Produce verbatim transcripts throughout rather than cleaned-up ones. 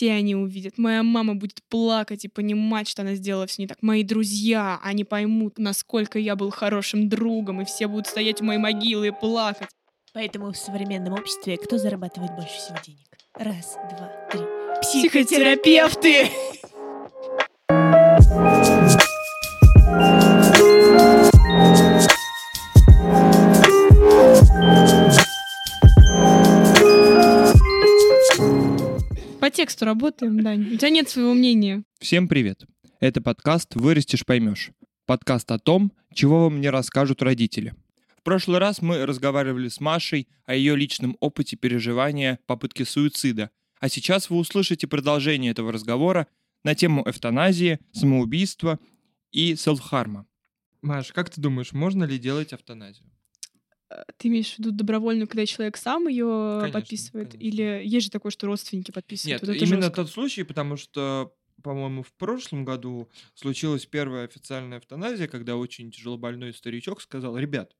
все они увидят. Моя мама будет плакать и понимать, что она сделала все не так. Мои друзья, они поймут, насколько я был хорошим другом, и все будут стоять у моей могилы и плакать. Поэтому в современном обществе кто зарабатывает больше всего денег? Раз, два, три. Психотерапевты! По тексту работаем, Дань. У тебя нет своего мнения. Всем привет. Это подкаст «Вырастешь, поймешь». Подкаст о том, чего вам не расскажут родители. В прошлый раз мы разговаривали с Машей о ее личном опыте переживания попытки суицида, а сейчас вы услышите продолжение этого разговора на тему эвтаназии, самоубийства и селф-харма. Маш, как ты думаешь, можно ли делать эвтаназию? Ты имеешь в виду добровольную, когда человек сам ее Конечно, подписывает? конечно. Или есть же такое, что родственники подписывают? Нет, Вот это именно жестко. тот случай, потому что, по-моему, в прошлом году случилась первая официальная эвтаназия, когда очень тяжелобольной старичок сказал: ребят,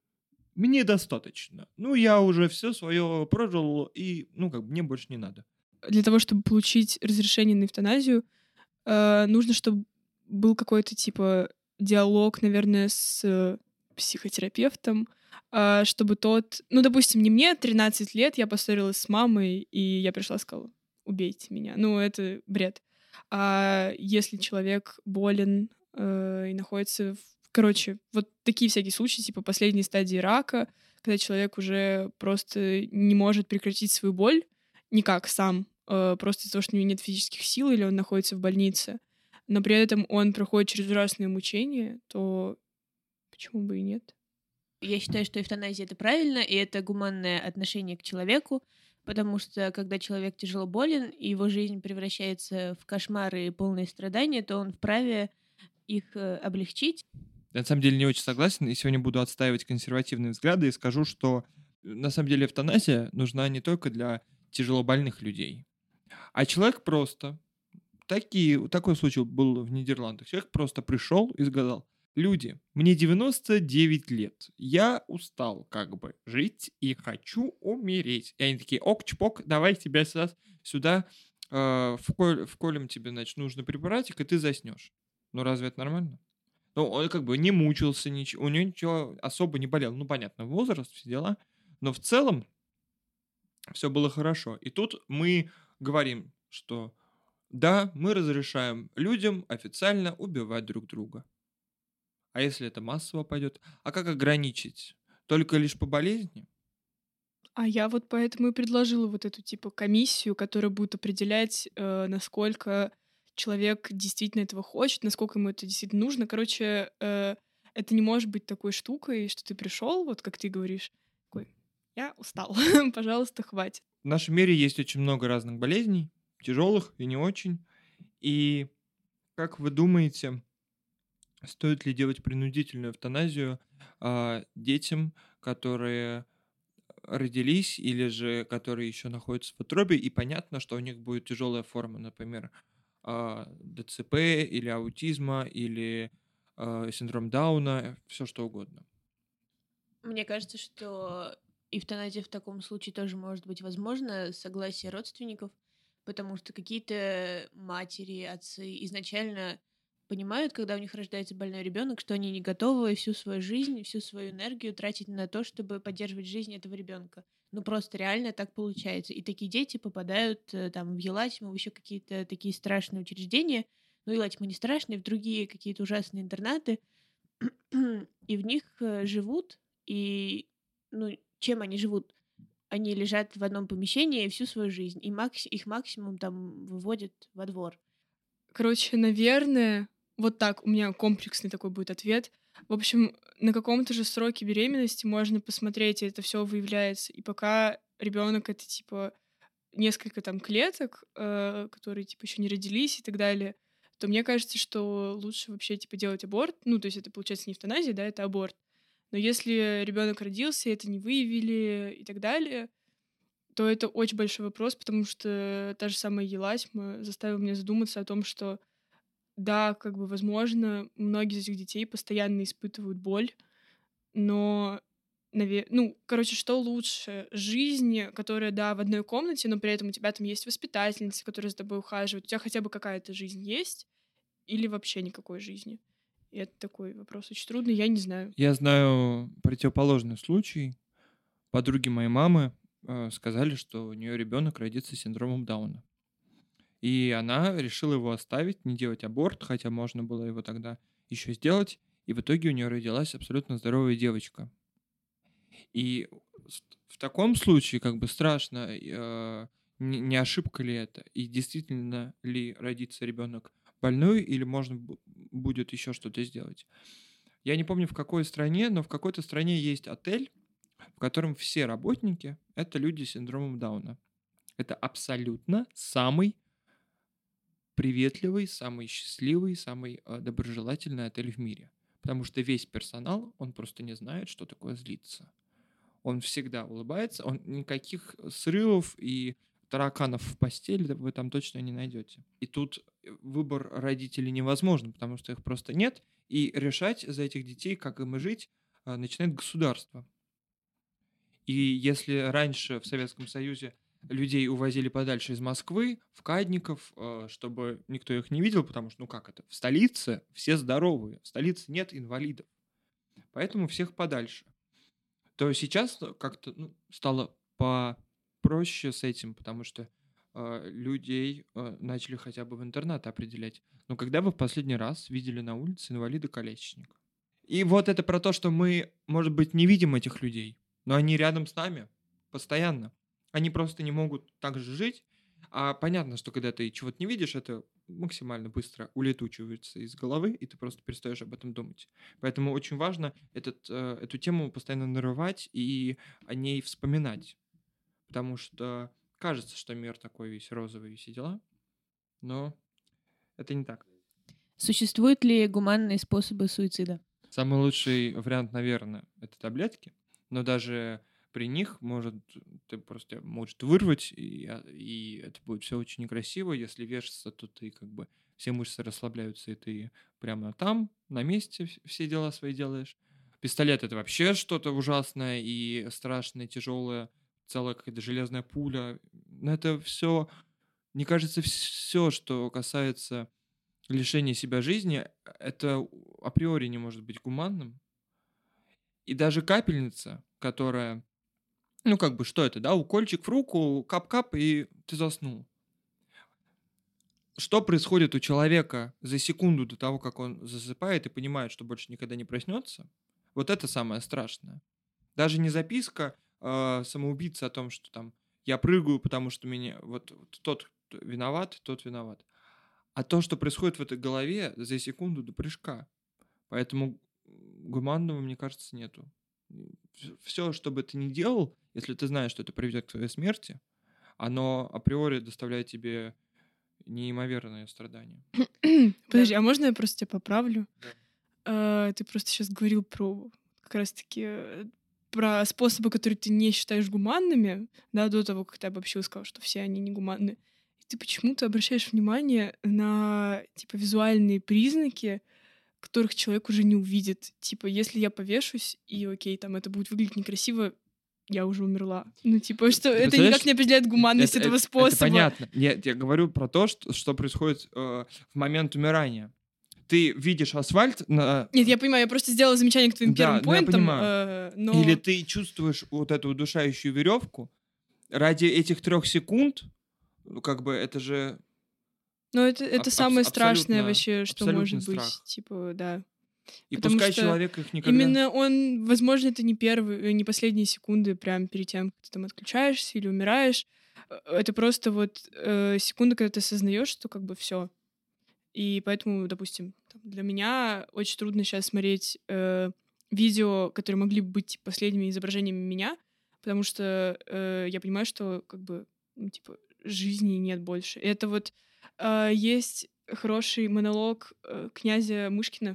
мне достаточно. Ну, я уже все свое прожил, и, ну, как бы, мне больше не надо. Для того, чтобы получить разрешение на эвтаназию, э, нужно, чтобы был какой-то, типа, диалог, наверное, с э, психотерапевтом, э, чтобы тот... Ну, допустим, не мне, тринадцать лет, я поссорилась с мамой, и я пришла и сказала: убейте меня. Ну, это бред. А если человек болен э, и находится в... Короче, вот такие всякие случаи, типа последней стадии рака, когда человек уже просто не может прекратить свою боль никак сам, э, просто из-за того, что у него нет физических сил или он находится в больнице, но при этом он проходит через ужасные мучения, то почему бы и нет? Я считаю, что эвтаназия — это правильно, и это гуманное отношение к человеку, потому что когда человек тяжело болен, и его жизнь превращается в кошмары и полные страдания, то он вправе их э, облегчить. Я на самом деле не очень согласен, и сегодня буду отстаивать консервативные взгляды и скажу, что э, на самом деле эвтаназия нужна не только для тяжелобольных людей, а человек просто... Такие, такой случай был в Нидерландах. Человек просто пришел и сказал: люди, мне девяносто девять лет, я устал как бы жить и хочу умереть. И они такие: ок-чпок, давай тебя сейчас сюда э, вколь- вколем тебе, значит, нужный препаратик, и ты заснешь. Ну разве это нормально? Ну, он как бы не мучился, ничего, у него ничего особо не болело. Ну, понятно, возраст, все дела. Но в целом все было хорошо. И тут мы говорим, что да, мы разрешаем людям официально убивать друг друга. А если это массово пойдет? А как ограничить? Только лишь по болезни? А я вот поэтому и предложила вот эту типа комиссию, которая будет определять, э, насколько человек действительно этого хочет, насколько ему это действительно нужно. Короче, э, это не может быть такой штукой, что ты пришел, вот как ты говоришь, такой: я устал, пожалуйста, хватит. В нашем мире есть очень много разных болезней, тяжелых и не очень. И как вы думаете, стоит ли делать принудительную эвтаназию а, детям, которые родились или же которые еще находятся в утробе, и понятно, что у них будет тяжелая форма, например, а, ДЦП или аутизма, или а, синдром Дауна, все что угодно. Мне кажется, что эвтаназия в таком случае тоже может быть возможна с согласия родственников, потому что какие-то матери, отцы изначально понимают, когда у них рождается больной ребенок, что они не готовы всю свою жизнь, всю свою энергию тратить на то, чтобы поддерживать жизнь этого ребенка. Ну просто реально так получается. И такие дети попадают э, там в Елатьму, в еще какие-то такие страшные учреждения. Ну, Елатьма не страшные, в другие какие-то ужасные интернаты. И в них э, живут, и ну, чем они живут? Они лежат в одном помещении всю свою жизнь, и макс- их максимум там выводят во двор. Короче, наверное, вот так у меня комплексный такой будет ответ. В общем, на каком-то же сроке беременности можно посмотреть, и это все выявляется. И пока ребенок это типа несколько там клеток, э, которые типа еще не родились и так далее, то мне кажется, что лучше вообще типа делать аборт. Ну, то есть это получается не эвтаназия, да, это аборт. Но если ребенок родился, и это не выявили и так далее, то это очень большой вопрос, потому что та же самая Еласьма заставила меня задуматься о том, что да, как бы, возможно, многие из этих детей постоянно испытывают боль, но наве- ну, короче, что лучше? Жизнь, которая, да, в одной комнате, но при этом у тебя там есть воспитательница, которая за тобой ухаживает. У тебя хотя бы какая-то жизнь есть или вообще никакой жизни? И это такой вопрос очень трудный, я не знаю. Я знаю противоположный случай. Подруги моей мамы э, сказали, что у нее ребенок родится с синдромом Дауна. И она решила его оставить, не делать аборт, хотя можно было его тогда еще сделать. И в итоге у нее родилась абсолютно здоровая девочка. И с- в таком случае как бы страшно, э, не не ошибка ли это, и действительно ли родится ребенок больной, или можно бу- будет еще что-то сделать. Я не помню в какой стране, но в какой-то стране есть отель, в котором все работники — это люди с синдромом Дауна. Это абсолютно самый приветливый, самый счастливый, самый э, доброжелательный отель в мире. Потому что весь персонал, он просто не знает, что такое злиться. Он всегда улыбается, он никаких срывов и тараканов в постели вы там точно не найдете. И тут э, выбор родителей невозможен, потому что их просто нет, и решать за этих детей, как им и жить, э, начинает государство. И если раньше в Советском Союзе людей увозили подальше из Москвы, в Кадников, э, чтобы никто их не видел, потому что, ну как это, в столице все здоровые, в столице нет инвалидов, поэтому всех подальше, то сейчас э, как-то ну, стало попроще с этим, потому что э, людей э, начали хотя бы в интернат определять. Но когда вы в последний раз видели на улице инвалида-колясочника? И вот это про то, что мы, может быть, не видим этих людей, но они рядом с нами постоянно. Они просто не могут так же жить. А понятно, что когда ты чего-то не видишь, это максимально быстро улетучивается из головы, и ты просто перестаешь об этом думать. Поэтому очень важно этот, э, эту тему постоянно нарывать и о ней вспоминать. Потому что кажется, что мир такой весь розовый и все дела, но это не так. Существуют ли гуманные способы суицида? Самый лучший вариант, наверное, это таблетки, но даже при них может ты просто может вырвать, и, а, и это будет все очень некрасиво. Если вешаться, то ты как бы все мышцы расслабляются, и ты прямо там, на месте вс- все дела свои делаешь. Пистолет — это вообще что-то ужасное и страшное, тяжелое, целая какая-то железная пуля. Но это все, мне кажется, все, что касается лишение себя жизни, это априори не может быть гуманным. И даже капельница, которая, ну как бы, что это, да, укольчик в руку, кап-кап, и ты заснул. Что происходит у человека за секунду до того, как он засыпает и понимает, что больше никогда не проснется? Вот это самое страшное. Даже не записка э, самоубийцы о том, что там я прыгаю, потому что меня вот, вот тот виноват, тот виноват. А то, что происходит в этой голове за секунду до прыжка. Поэтому гуманного, мне кажется, нету. Все, что бы ты ни делал, если ты знаешь, что это приведет к твоей смерти, оно априори доставляет тебе неимоверное страдание. Подожди, а можно я просто тебя поправлю? Да. А, ты просто сейчас говорил про как раз-таки э, про способы, которые ты не считаешь гуманными, да, до того, как ты обобщил, сказал, что все они негуманны. И ты почему-то обращаешь внимание на, типа, визуальные признаки, которых человек уже не увидит. Типа, если я повешусь, и окей, там это будет выглядеть некрасиво, я уже умерла. Ну, типа, что Ты это представляешь, никак не определяет гуманность это, этого это- это способа. понятно. Нет, я говорю про то, что, что происходит э, в момент умирания. Ты видишь асфальт на... Нет, я понимаю, я просто сделала замечание к твоим Да, первым ну я поинтам, понимаю. э, но... Или ты чувствуешь вот эту удушающую веревку ради этих трех секунд, ну, как бы это же Но это, это аб- самое абс- страшное абсолютно, вообще, что абсолютный может быть. страх. Типа, да. И Потому пускай что человек их никогда... именно он, возможно, это не первые, э, не последние секунды прямо перед тем, как ты там отключаешься или умираешь. Э, Это просто вот э, секунда, когда ты осознаешь, что как бы все. И поэтому, допустим, там, для меня очень трудно сейчас смотреть э, видео, которые могли бы быть типа, последними изображениями меня, потому что э, я понимаю, что как бы ну, типа жизни нет больше. И это вот э, есть хороший монолог э, князя Мышкина.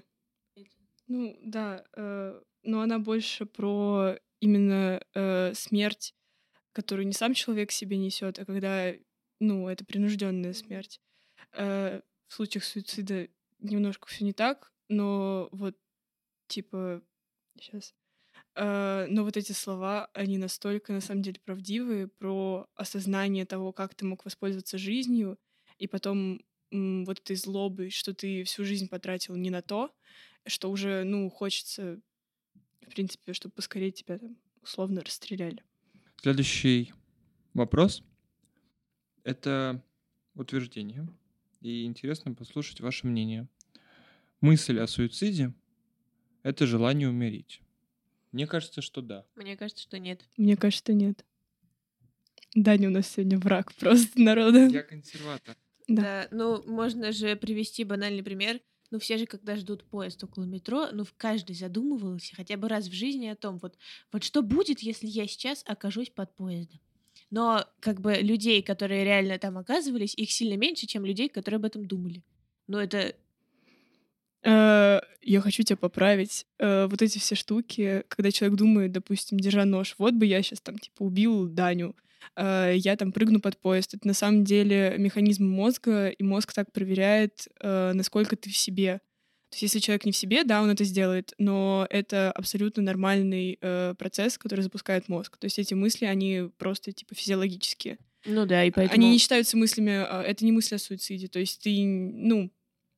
Ну да, э, но она больше про именно э, смерть, которую не сам человек себе несет, а когда ну это принужденная смерть. Э, в случаях суицида немножко все не так, но вот типа сейчас Э, но вот эти слова, они настолько, на самом деле, правдивые про осознание того, как ты мог воспользоваться жизнью, и потом м, вот этой злобой, что ты всю жизнь потратил не на то, что уже, ну, хочется, в принципе, чтобы поскорее тебя там условно расстреляли. Следующий вопрос — это утверждение. И интересно послушать ваше мнение. Мысль о суициде — это желание умереть. Мне кажется, что да. Мне кажется, что нет. Мне кажется, нет. Даня у нас сегодня враг просто народа. Я консерватор. Да. Да, ну, можно же привести банальный пример. Ну, все же, когда ждут поезд около метро, ну, в каждый задумывался хотя бы раз в жизни о том, вот, вот что будет, если я сейчас окажусь под поездом. Но, как бы, людей, которые реально там оказывались, их сильно меньше, чем людей, которые об этом думали. Ну, это... Э, Я хочу тебя поправить. Э, Вот эти все штуки, когда человек думает, допустим, держа нож, вот бы я сейчас там, типа, убил Даню, э, я там прыгну под поезд. Это на самом деле механизм мозга, и мозг так проверяет, э, насколько ты в себе. То есть если человек не в себе, да, он это сделает, но это абсолютно нормальный э, процесс, который запускает мозг. То есть эти мысли, они просто, типа, физиологические. Ну да, и поэтому... Они не считаются мыслями, а, это не мысли о суициде. То есть ты, ну,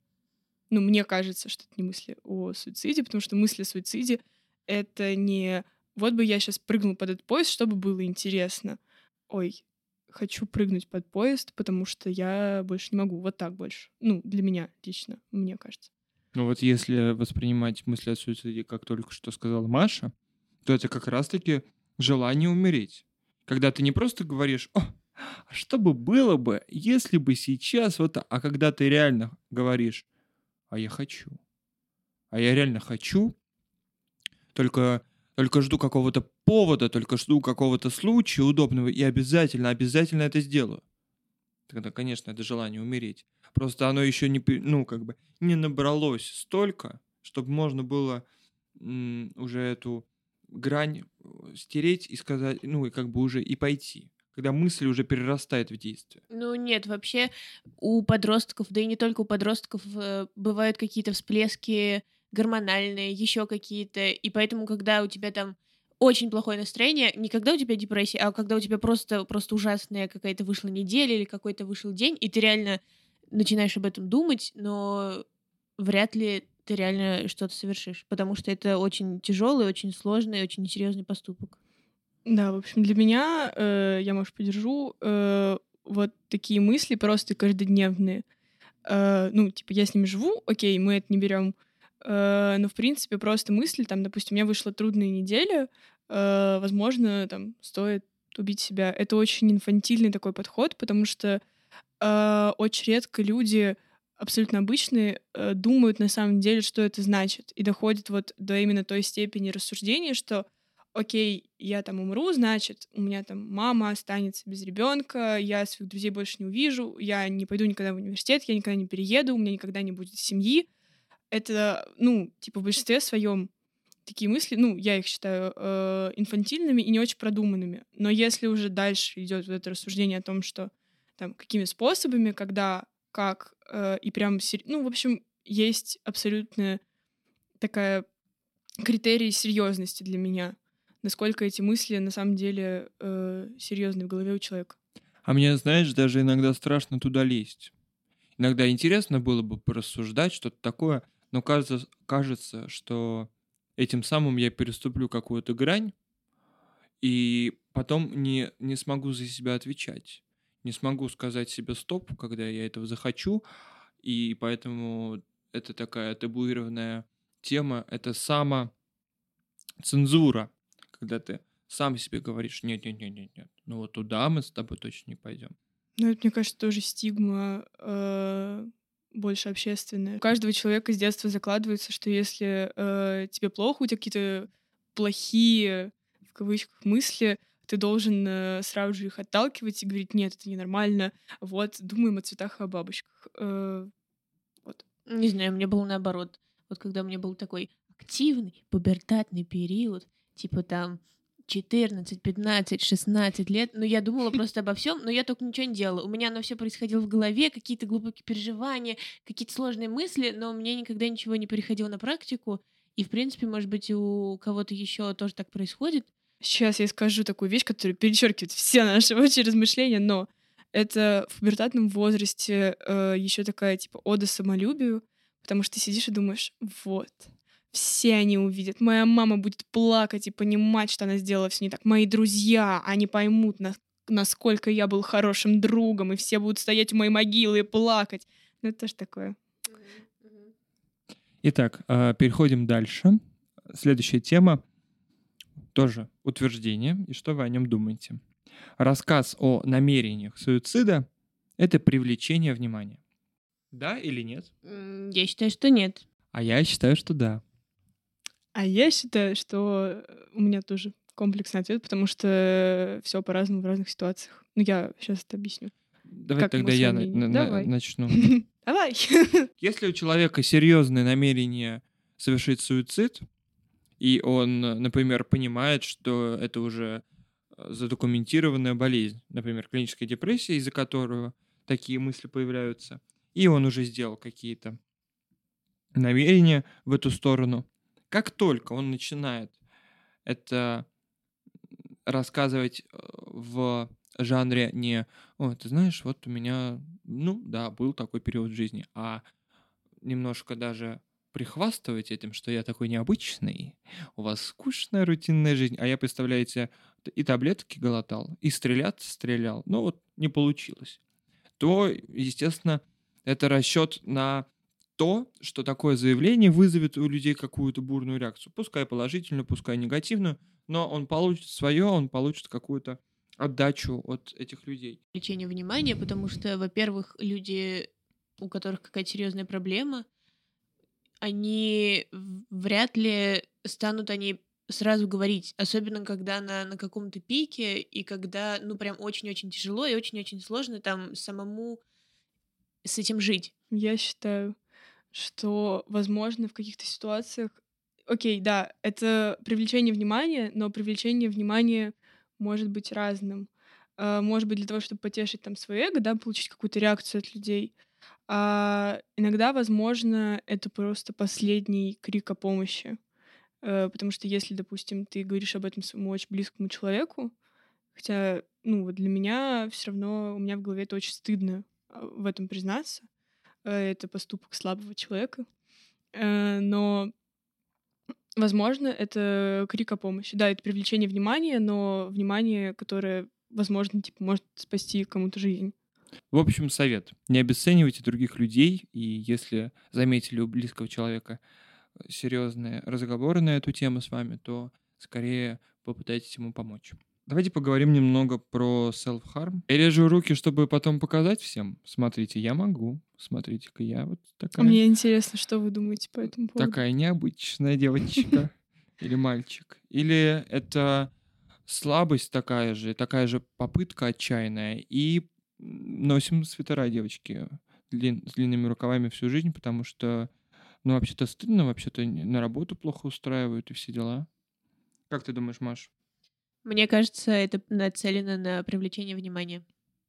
ну, мне кажется, что это не мысли о суициде, потому что мысли о суициде — это не «вот бы я сейчас прыгнул под этот поезд, чтобы было интересно». Ой, хочу прыгнуть под поезд, потому что я больше не могу. Вот так больше. Ну, для меня лично, мне кажется. Ну вот если воспринимать мысли о суициде, как только что сказала Маша, то это как раз-таки желание умереть. Когда ты не просто говоришь: «О, а что бы было бы, если бы сейчас вот так», а когда ты реально говоришь: «А я хочу, а я реально хочу, только, только жду какого-то повода, только жду какого-то случая удобного, и обязательно, обязательно это сделаю». Тогда, конечно, это желание умереть. Просто оно еще не, пе- ну, как бы не набралось столько, чтобы можно было м, уже эту грань э, стереть и сказать, ну, и как бы уже и пойти. Когда мысль уже перерастает в действие. Ну нет, вообще у подростков, да и не только у подростков, э, бывают какие-то всплески гормональные, еще какие-то, и поэтому, когда у тебя там очень плохое настроение, не когда у тебя депрессия, а когда у тебя просто, просто ужасная какая-то вышла неделя или какой-то вышел день, и ты реально начинаешь об этом думать, но вряд ли ты реально что-то совершишь, потому что это очень тяжелый, очень сложный, очень несерьезный поступок. Да, в общем, для меня, э, я, может, подержу, э, вот такие мысли просто каждодневные. Э, ну, типа, я с ними живу, окей, мы это не берем. Э, но, в принципе, просто мысли, там, допустим, у меня вышла трудная неделя, э, возможно, там, стоит убить себя. Это очень инфантильный такой подход, потому что э, очень редко люди абсолютно обычные э, думают на самом деле, что это значит, и доходят вот до именно той степени рассуждения, что окей, я там умру, значит, у меня там мама останется без ребенка, я своих друзей больше не увижу, я не пойду никогда в университет, я никогда не перееду, у меня никогда не будет семьи. Это, ну, типа в большинстве своем такие мысли, ну, я их считаю э, инфантильными и не очень продуманными. Но если уже дальше идет вот это рассуждение о том, что там какими способами, когда, как, э, и прям, сер- ну, в общем, есть абсолютная такая критерий серьезности для меня, насколько эти мысли на самом деле э, серьезны в голове у человека. А мне, знаешь, даже иногда страшно туда лезть. Иногда интересно было бы порассуждать, что-то такое, но кажется, кажется, что этим самым я переступлю какую-то грань, и потом не, не смогу за себя отвечать. Не смогу сказать себе стоп, когда я этого захочу, и поэтому это такая табуированная тема, это самоцензура, когда ты сам себе говоришь: нет-нет-нет-нет, ну вот туда мы с тобой точно не пойдем. Ну, это, мне кажется, тоже стигма э, больше общественная. У каждого человека с детства закладывается, что если э, тебе плохо, у тебя какие-то плохие, в кавычках, мысли, ты должен э, сразу же их отталкивать и говорить: нет, это ненормально, вот, думаем о цветах и о бабочках. Э, вот. Не знаю, мне было наоборот. Вот когда у меня был такой активный пубертатный период, типа там четырнадцать, пятнадцать, шестнадцать лет, но я думала просто обо всем, но я только ничего не делала. У меня оно все происходило в голове, какие-то глубокие переживания, какие-то сложные мысли, но у меня никогда ничего не переходило на практику. И, в принципе, может быть, у кого-то еще тоже так происходит. Сейчас я скажу такую вещь, которая перечеркивает все наши вообще размышления, но это в пубертатном возрасте э, еще такая типа ода самолюбию, потому что ты сидишь и думаешь, вот, все они увидят, моя мама будет плакать и понимать, что она сделала все не так, мои друзья, они поймут, на- насколько я был хорошим другом, и все будут стоять у моей могилы и плакать. Ну это тоже такое. Итак, э, переходим дальше. Следующая тема тоже утверждение. И что вы о нем думаете? Рассказ о намерениях суицида — это привлечение внимания. Да или нет? М, Я считаю, что нет. А я считаю, что да. А я считаю, что у меня тоже комплексный ответ, потому что все по-разному в разных ситуациях. Ну, я сейчас это объясню. Давай Как тогда ему я своё на- мнение? на- Давай. начну. Давай. Если у человека серьезное намерение совершить суицид, и он, например, понимает, что это уже э, задокументированная болезнь, например, клиническая депрессия, из-за которой такие мысли появляются, и он уже сделал какие-то намерения в эту сторону, как только он начинает это рассказывать э, в жанре не «О, ты знаешь, вот у меня, ну да, был такой период в жизни», а немножко даже прихвастывать этим, что я такой необычный, у вас скучная рутинная жизнь, а я, представляете, т- и таблетки глотал, и стреляться стрелял, но вот не получилось, то, естественно, это расчет на то, что такое заявление вызовет у людей какую-то бурную реакцию, пускай положительную, пускай негативную, но он получит свое, он получит какую-то отдачу от этих людей. Привлечение внимания, потому что, во-первых, люди, у которых какая-то серьезная проблема, они в- вряд ли станут они сразу говорить, особенно когда она на каком-то пике, и когда, ну, прям очень-очень тяжело и очень-очень сложно там самому с этим жить. Я считаю, что, возможно, в каких-то ситуациях... Окей, да, это привлечение внимания, но привлечение внимания может быть разным. А, Может быть, для того, чтобы потешить там свое эго, да, получить какую-то реакцию от людей. А иногда, возможно, это просто последний крик о помощи. Э, Потому что если, допустим, ты говоришь об этом своему очень близкому человеку, хотя, ну, вот для меня все равно у меня в голове это очень стыдно а, в этом признаться. Э, Это поступок слабого человека. Э, Но, возможно, это крик о помощи. Да, это привлечение внимания, но внимание, которое, возможно, типа, может спасти кому-то жизнь. В общем, совет. Не обесценивайте других людей, и если заметили у близкого человека серьезные разговоры на эту тему с вами, то скорее попытайтесь ему помочь. Давайте поговорим немного про self-harm. Я режу руки, чтобы потом показать всем. Смотрите, я могу. Смотрите-ка, я вот А такая, мне интересно, что вы думаете по этому поводу. такая необычная девочка или мальчик. Или это слабость такая же, такая же попытка отчаянная. И носим свитера, девочки, длин- с длинными рукавами всю жизнь, потому что, ну, вообще-то стыдно, вообще-то н- на работу плохо устраивают и все дела. Как ты думаешь, Маш? Мне кажется, это нацелено на привлечение внимания.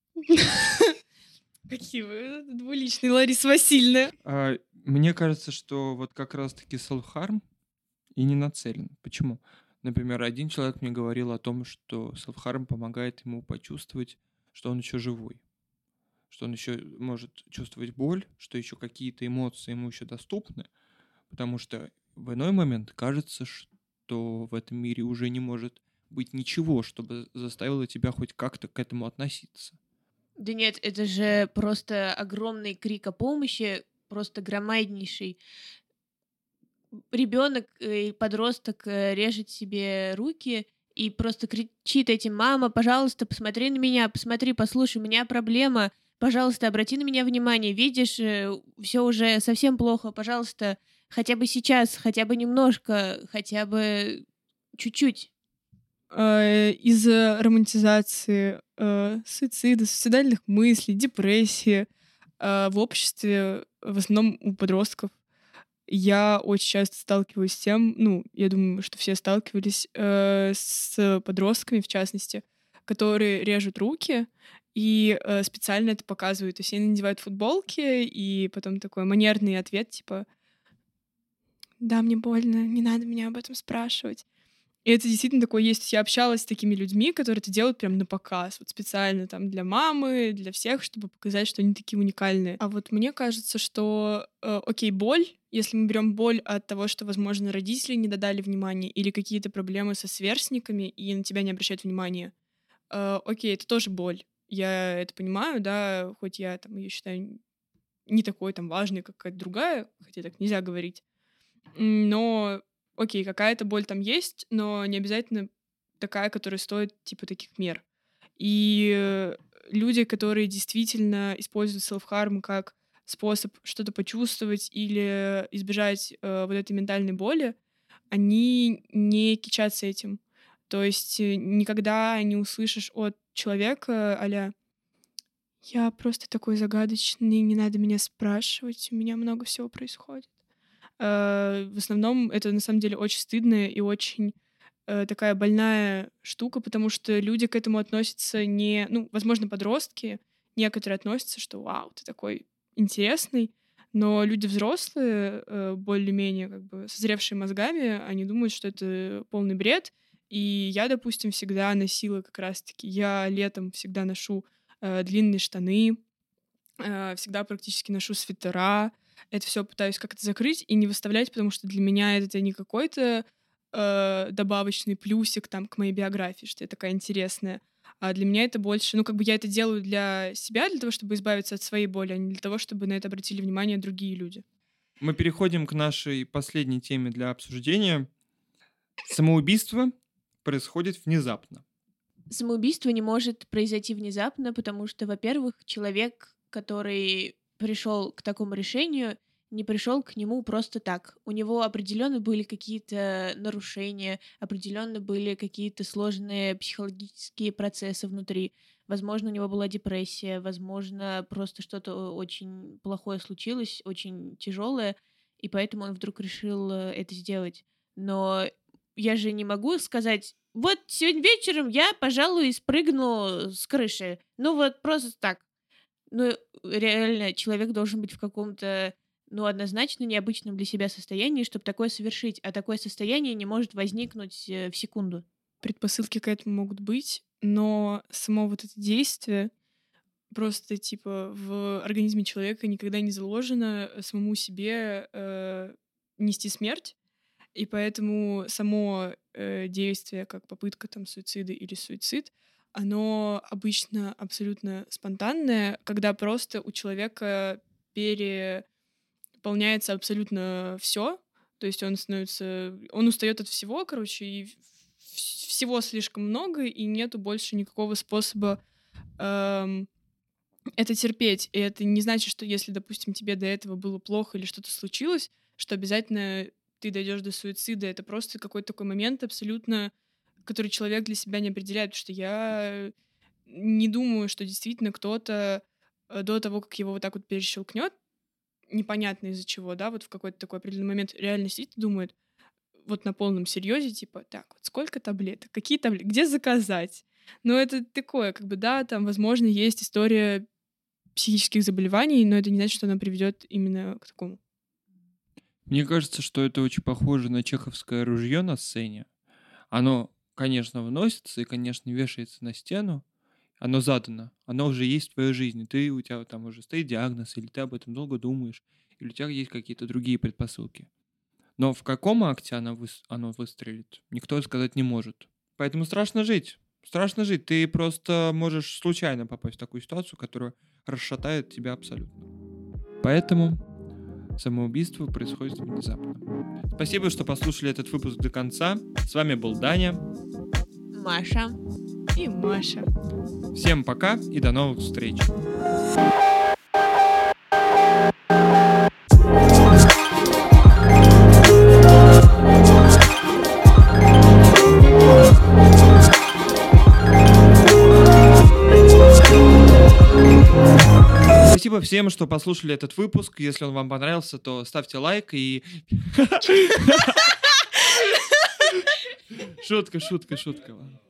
Какие вы двуличные, Лариса Васильевна. А, мне кажется, что вот как раз-таки self-harm и не нацелен. Почему? Например, один человек мне говорил о том, что self-harm помогает ему почувствовать, что он еще живой, что он еще может чувствовать боль, что еще какие-то эмоции ему еще доступны, потому что в иной момент кажется, что в этом мире уже не может быть ничего, чтобы заставило тебя хоть как-то к этому относиться. Да нет, это же просто огромный крик о помощи, просто громаднейший. Ребенок и подросток э, режет себе руки и просто кричит этим: «Мама, пожалуйста, посмотри на меня, посмотри, послушай, у меня проблема, пожалуйста, обрати на меня внимание, видишь, все уже совсем плохо, пожалуйста, хотя бы сейчас, хотя бы немножко, хотя бы чуть-чуть». Э, Из-за романтизации э, суицида, суицидальных мыслей, депрессии э, в обществе, в основном у подростков, я очень часто сталкиваюсь с тем, ну, я думаю, что все сталкивались э, с подростками, в частности, которые режут руки и э, специально это показывают. То есть они надевают футболки, и потом такой манерный ответ, типа: да, мне больно, не надо меня об этом спрашивать. И это действительно такое есть. Я общалась с такими людьми, которые это делают прям на показ, вот специально там для мамы, для всех, чтобы показать, что они такие уникальные. А вот мне кажется, что, э, окей, боль, если мы берем боль от того, что, возможно, родители не додали внимания или какие-то проблемы со сверстниками, и на тебя не обращают внимания, э, окей, это тоже боль. Я это понимаю, да, хоть я там ее считаю не такой там важной, как какая-то другая, хотя так нельзя говорить. Но окей, какая-то боль там есть, но не обязательно такая, которая стоит, типа, таких мер. И э, люди, которые действительно используют селф-харм как способ что-то почувствовать или избежать э, вот этой ментальной боли, они не кичатся этим. То есть э, никогда не услышишь от человека а-ля «Я просто такой загадочный, не надо меня спрашивать, у меня много всего происходит». Э, В основном это на самом деле очень стыдная и очень э, такая больная штука, потому что люди к этому относятся не... Ну, возможно, подростки некоторые относятся, что «Вау, ты такой интересный», но люди взрослые, э, более-менее как бы созревшие мозгами, они думают, что это полный бред. И я, допустим, всегда носила как раз-таки... Я летом всегда ношу э, длинные штаны, э, всегда практически ношу свитера. Это все пытаюсь как-то закрыть и не выставлять, потому что для меня это не какой-то э, добавочный плюсик там к моей биографии, что я такая интересная. А для меня это больше, ну, как бы я это делаю для себя, для того, чтобы избавиться от своей боли, а не для того, чтобы на это обратили внимание другие люди. Мы переходим к нашей последней теме для обсуждения. Самоубийство происходит внезапно. Самоубийство не может произойти внезапно, потому что, во-первых, человек, который пришел к такому решению, не пришел к нему просто так. У него определенно были какие-то нарушения, определенно были какие-то сложные психологические процессы внутри. Возможно, у него была депрессия, возможно, просто что-то очень плохое случилось, очень тяжелое, и поэтому он вдруг решил э, это сделать. Но я же не могу сказать, вот сегодня вечером я, пожалуй, спрыгну с крыши. Ну вот просто так. Ну, реально, человек должен быть в каком-то, ну, однозначно необычном для себя состоянии, чтобы такое совершить. А такое состояние не может возникнуть э, в секунду. Предпосылки к этому могут быть, но само вот это действие просто, типа, в организме человека никогда не заложено самому себе э, нести смерть. И поэтому само э, действие, как попытка там суицида или суицид, оно обычно абсолютно спонтанное, когда просто у человека переполняется абсолютно все, то есть он становится, он устает от всего, короче, и в- всего слишком много, и нету больше никакого способа эм, это терпеть. И это не значит, что если, допустим, тебе до этого было плохо или что-то случилось, что обязательно ты дойдешь до суицида. Это просто какой-то такой момент абсолютно, который человек для себя не определяет, потому что я не думаю, что действительно кто-то э, до того, как его вот так вот перещелкнет, непонятно из-за чего, да, вот в какой-то такой определенный момент реально сидит и думает вот на полном серьезе, типа, так, вот сколько таблеток, какие таблетки, где заказать? Ну, это такое, как бы, да, там, возможно, есть история психических заболеваний, но это не значит, что она приведет именно к такому. Мне кажется, что это очень похоже на чеховское ружье на сцене. Оно, конечно, вносится и, конечно, вешается на стену. Оно задано. Оно уже есть в твоей жизни. Ты, у тебя там уже стоит диагноз, или ты об этом долго думаешь, или у тебя есть какие-то другие предпосылки. Но в каком акте оно, выс- оно выстрелит, никто сказать не может. Поэтому страшно жить. Страшно жить. Ты просто можешь случайно попасть в такую ситуацию, которая расшатает тебя абсолютно. Поэтому самоубийство происходит внезапно. Спасибо, что послушали этот выпуск до конца. С вами был Даня. Маша. И Маша. Всем пока и до новых встреч. Спасибо всем, что послушали этот выпуск. Если он вам понравился, то ставьте лайк и... Шутка, шутка, шутка.